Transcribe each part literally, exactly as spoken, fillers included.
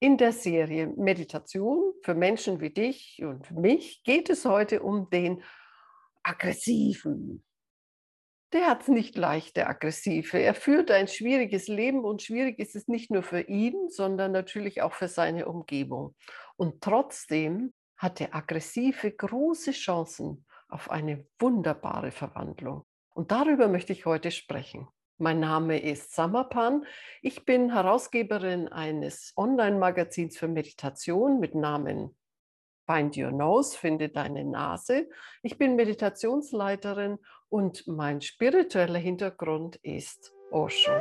In der Serie Meditation für Menschen wie dich und mich geht es heute um den Aggressiven. Der hat es nicht leicht, der Aggressive. Er führt ein schwieriges Leben und schwierig ist es nicht nur für ihn, sondern natürlich auch für seine Umgebung. Und trotzdem hat der Aggressive große Chancen auf eine wunderbare Verwandlung. Und darüber möchte ich heute sprechen. Mein Name ist Samapan. Ich bin Herausgeberin eines Online-Magazins für Meditation mit Namen Find Your Nose, finde deine Nase. Ich bin Meditationsleiterin und mein spiritueller Hintergrund ist Osho.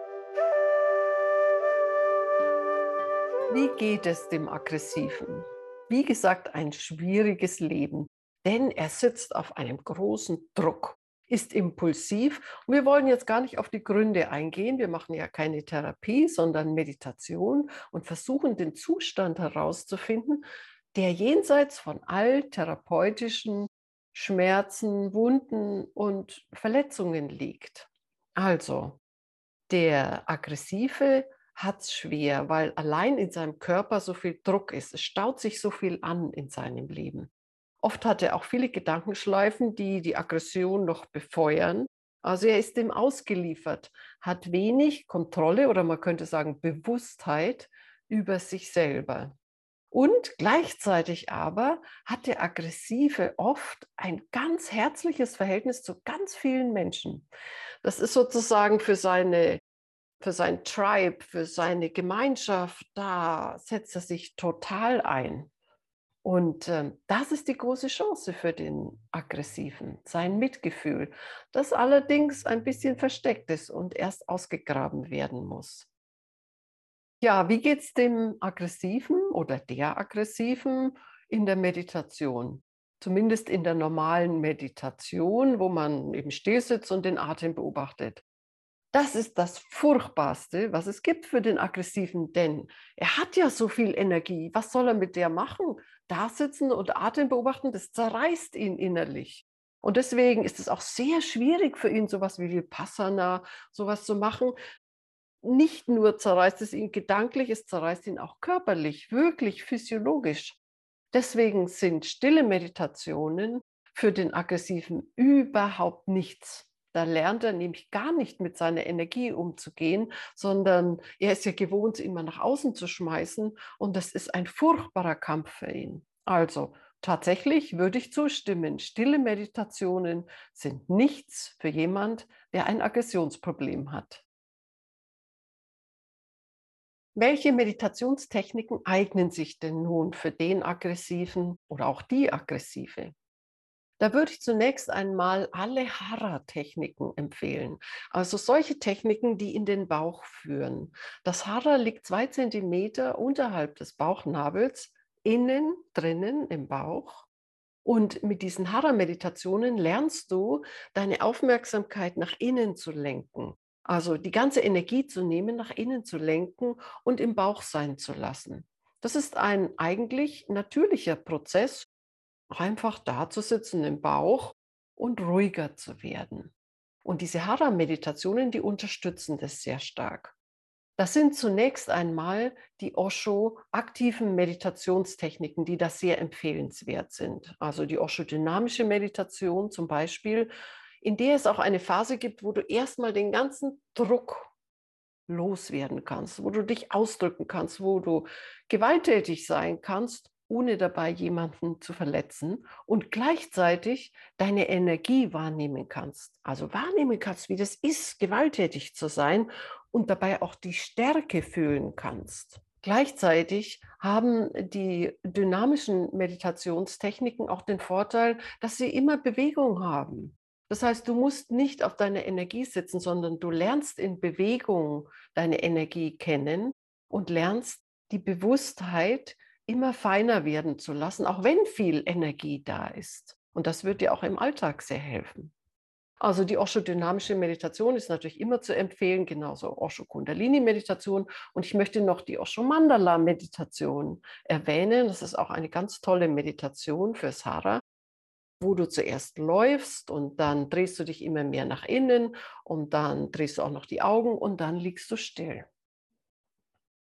Wie geht es dem Aggressiven? Wie gesagt, ein schwieriges Leben, denn er sitzt auf einem großen Druck, ist impulsiv. Und wir wollen jetzt gar nicht auf die Gründe eingehen. Wir machen ja keine Therapie, sondern Meditation und versuchen den Zustand herauszufinden, der jenseits von all therapeutischen Schmerzen, Wunden und Verletzungen liegt. Also, der Aggressive hat es schwer, weil allein in seinem Körper so viel Druck ist. Es staut sich so viel an in seinem Leben. Oft hat er auch viele Gedankenschleifen, die die Aggression noch befeuern. Also er ist dem ausgeliefert, hat wenig Kontrolle oder man könnte sagen Bewusstheit über sich selber. Und gleichzeitig aber hat der Aggressive oft ein ganz herzliches Verhältnis zu ganz vielen Menschen. Das ist sozusagen für seine für sein Tribe, für seine Gemeinschaft, da setzt er sich total ein. Und ähm, das ist die große Chance für den Aggressiven, sein Mitgefühl, das allerdings ein bisschen versteckt ist und erst ausgegraben werden muss. Ja, wie geht es dem Aggressiven oder der Aggressiven in der Meditation? Zumindest in der normalen Meditation, wo man eben still sitzt und den Atem beobachtet. Das ist das Furchtbarste, was es gibt für den Aggressiven, denn er hat ja so viel Energie. Was soll er mit der machen? Da sitzen und Atem beobachten, das zerreißt ihn innerlich. Und deswegen ist es auch sehr schwierig für ihn, sowas wie Vipassana, sowas zu machen. Nicht nur zerreißt es ihn gedanklich, es zerreißt ihn auch körperlich, wirklich physiologisch. Deswegen sind stille Meditationen für den Aggressiven überhaupt nichts. Da lernt er nämlich gar nicht mit seiner Energie umzugehen, sondern er ist ja gewohnt, sie immer nach außen zu schmeißen und das ist ein furchtbarer Kampf für ihn. Also tatsächlich würde ich zustimmen, stille Meditationen sind nichts für jemand, der ein Aggressionsproblem hat. Welche Meditationstechniken eignen sich denn nun für den Aggressiven oder auch die Aggressive? Da würde ich zunächst einmal alle Hara-Techniken empfehlen. Also solche Techniken, die in den Bauch führen. Das Hara liegt zwei Zentimeter unterhalb des Bauchnabels, innen, drinnen im Bauch. Und mit diesen Hara-Meditationen lernst du, deine Aufmerksamkeit nach innen zu lenken. Also die ganze Energie zu nehmen, nach innen zu lenken und im Bauch sein zu lassen. Das ist ein eigentlich natürlicher Prozess, einfach da zu sitzen im Bauch und ruhiger zu werden. Und diese Hara-Meditationen, die unterstützen das sehr stark. Das sind zunächst einmal die Osho-aktiven Meditationstechniken, die da sehr empfehlenswert sind. Also die Osho-dynamische Meditation zum Beispiel, in der es auch eine Phase gibt, wo du erstmal den ganzen Druck loswerden kannst, wo du dich ausdrücken kannst, wo du gewalttätig sein kannst, ohne dabei jemanden zu verletzen und gleichzeitig deine Energie wahrnehmen kannst. Also wahrnehmen kannst, wie das ist, gewalttätig zu sein und dabei auch die Stärke fühlen kannst. Gleichzeitig haben die dynamischen Meditationstechniken auch den Vorteil, dass sie immer Bewegung haben. Das heißt, du musst nicht auf deiner Energie sitzen, sondern du lernst in Bewegung deine Energie kennen und lernst die Bewusstheit immer feiner werden zu lassen, auch wenn viel Energie da ist. Und das wird dir auch im Alltag sehr helfen. Also die Osho-dynamische Meditation ist natürlich immer zu empfehlen, genauso Osho-Kundalini-Meditation. Und ich möchte noch die Osho-Mandala-Meditation erwähnen. Das ist auch eine ganz tolle Meditation fürs Hara, wo du zuerst läufst und dann drehst du dich immer mehr nach innen und dann drehst du auch noch die Augen und dann liegst du still.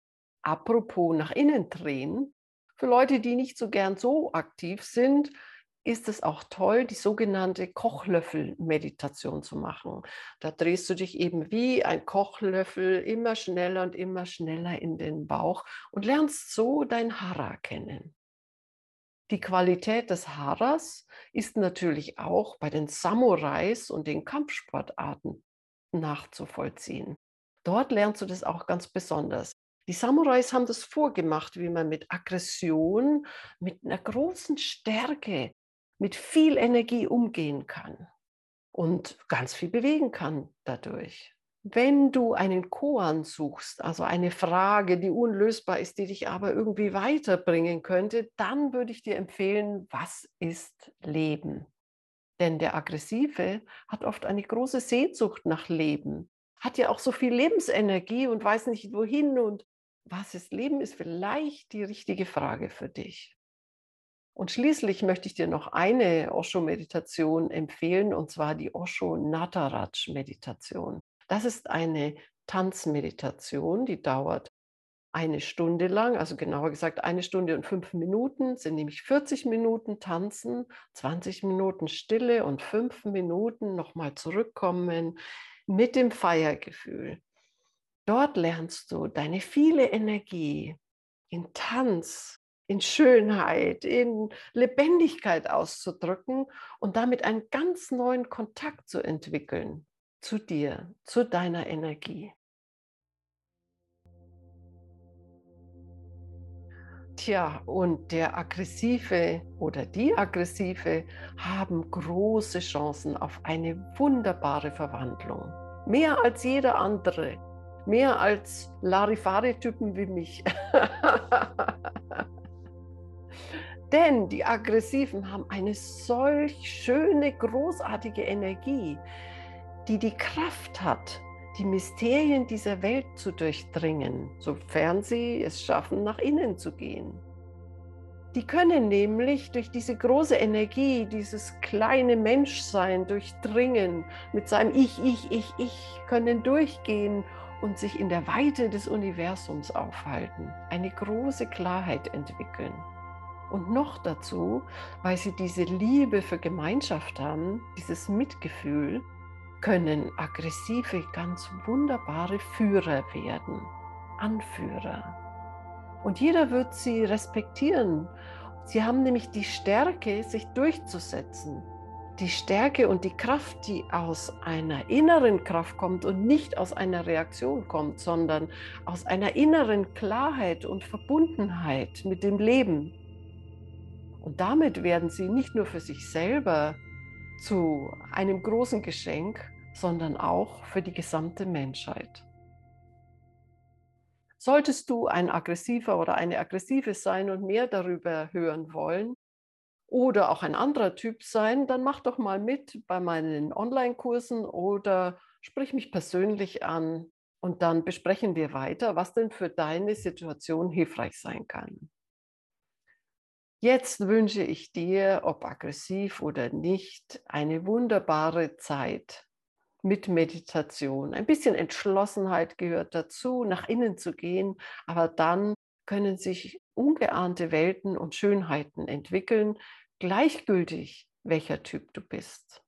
Apropos nach innen drehen, für Leute, die nicht so gern so aktiv sind, ist es auch toll, die sogenannte Kochlöffel-Meditation zu machen. Da drehst du dich eben wie ein Kochlöffel immer schneller und immer schneller in den Bauch und lernst so dein Hara kennen. Die Qualität des Haras ist natürlich auch bei den Samurais und den Kampfsportarten nachzuvollziehen. Dort lernst du das auch ganz besonders. Die Samurais haben das vorgemacht, wie man mit Aggression, mit einer großen Stärke, mit viel Energie umgehen kann und ganz viel bewegen kann dadurch. Wenn du einen Koan suchst, also eine Frage, die unlösbar ist, die dich aber irgendwie weiterbringen könnte, dann würde ich dir empfehlen, was ist Leben? Denn der Aggressive hat oft eine große Sehnsucht nach Leben, hat ja auch so viel Lebensenergie und weiß nicht wohin. Und was ist Leben, ist vielleicht die richtige Frage für dich. Und schließlich möchte ich dir noch eine Osho-Meditation empfehlen, und zwar die Osho-Nataraj-Meditation. Das ist eine Tanzmeditation, die dauert eine Stunde lang, also genauer gesagt eine Stunde und fünf Minuten, sind nämlich vierzig Minuten Tanzen, zwanzig Minuten Stille und fünf Minuten nochmal zurückkommen mit dem Feiergefühl. Dort lernst du deine viele Energie in Tanz, in Schönheit, in Lebendigkeit auszudrücken und damit einen ganz neuen Kontakt zu entwickeln zu dir, zu deiner Energie. Tja, und der Aggressive oder die Aggressive haben große Chancen auf eine wunderbare Verwandlung. Mehr als jeder andere. Mehr als Larifari-Typen wie mich. Denn die Aggressiven haben eine solch schöne, großartige Energie, die die Kraft hat, die Mysterien dieser Welt zu durchdringen, sofern sie es schaffen, nach innen zu gehen. Die können nämlich durch diese große Energie, dieses kleine Menschsein durchdringen, mit seinem Ich, Ich, Ich, Ich, können durchgehen und sich in der Weite des Universums aufhalten, eine große Klarheit entwickeln. Und noch dazu, weil sie diese Liebe für Gemeinschaft haben, dieses Mitgefühl, können Aggressive ganz wunderbare Führer werden, Anführer. Und jeder wird sie respektieren. Sie haben nämlich die Stärke, sich durchzusetzen. Die Stärke und die Kraft, die aus einer inneren Kraft kommt und nicht aus einer Reaktion kommt, sondern aus einer inneren Klarheit und Verbundenheit mit dem Leben. Und damit werden sie nicht nur für sich selber zu einem großen Geschenk, sondern auch für die gesamte Menschheit. Solltest du ein Aggressiver oder eine Aggressive sein und mehr darüber hören wollen oder auch ein anderer Typ sein, dann mach doch mal mit bei meinen Online-Kursen oder sprich mich persönlich an und dann besprechen wir weiter, was denn für deine Situation hilfreich sein kann. Jetzt wünsche ich dir, ob aggressiv oder nicht, eine wunderbare Zeit mit Meditation. Ein bisschen Entschlossenheit gehört dazu, nach innen zu gehen, aber dann können sich ungeahnte Welten und Schönheiten entwickeln, gleichgültig welcher Typ du bist.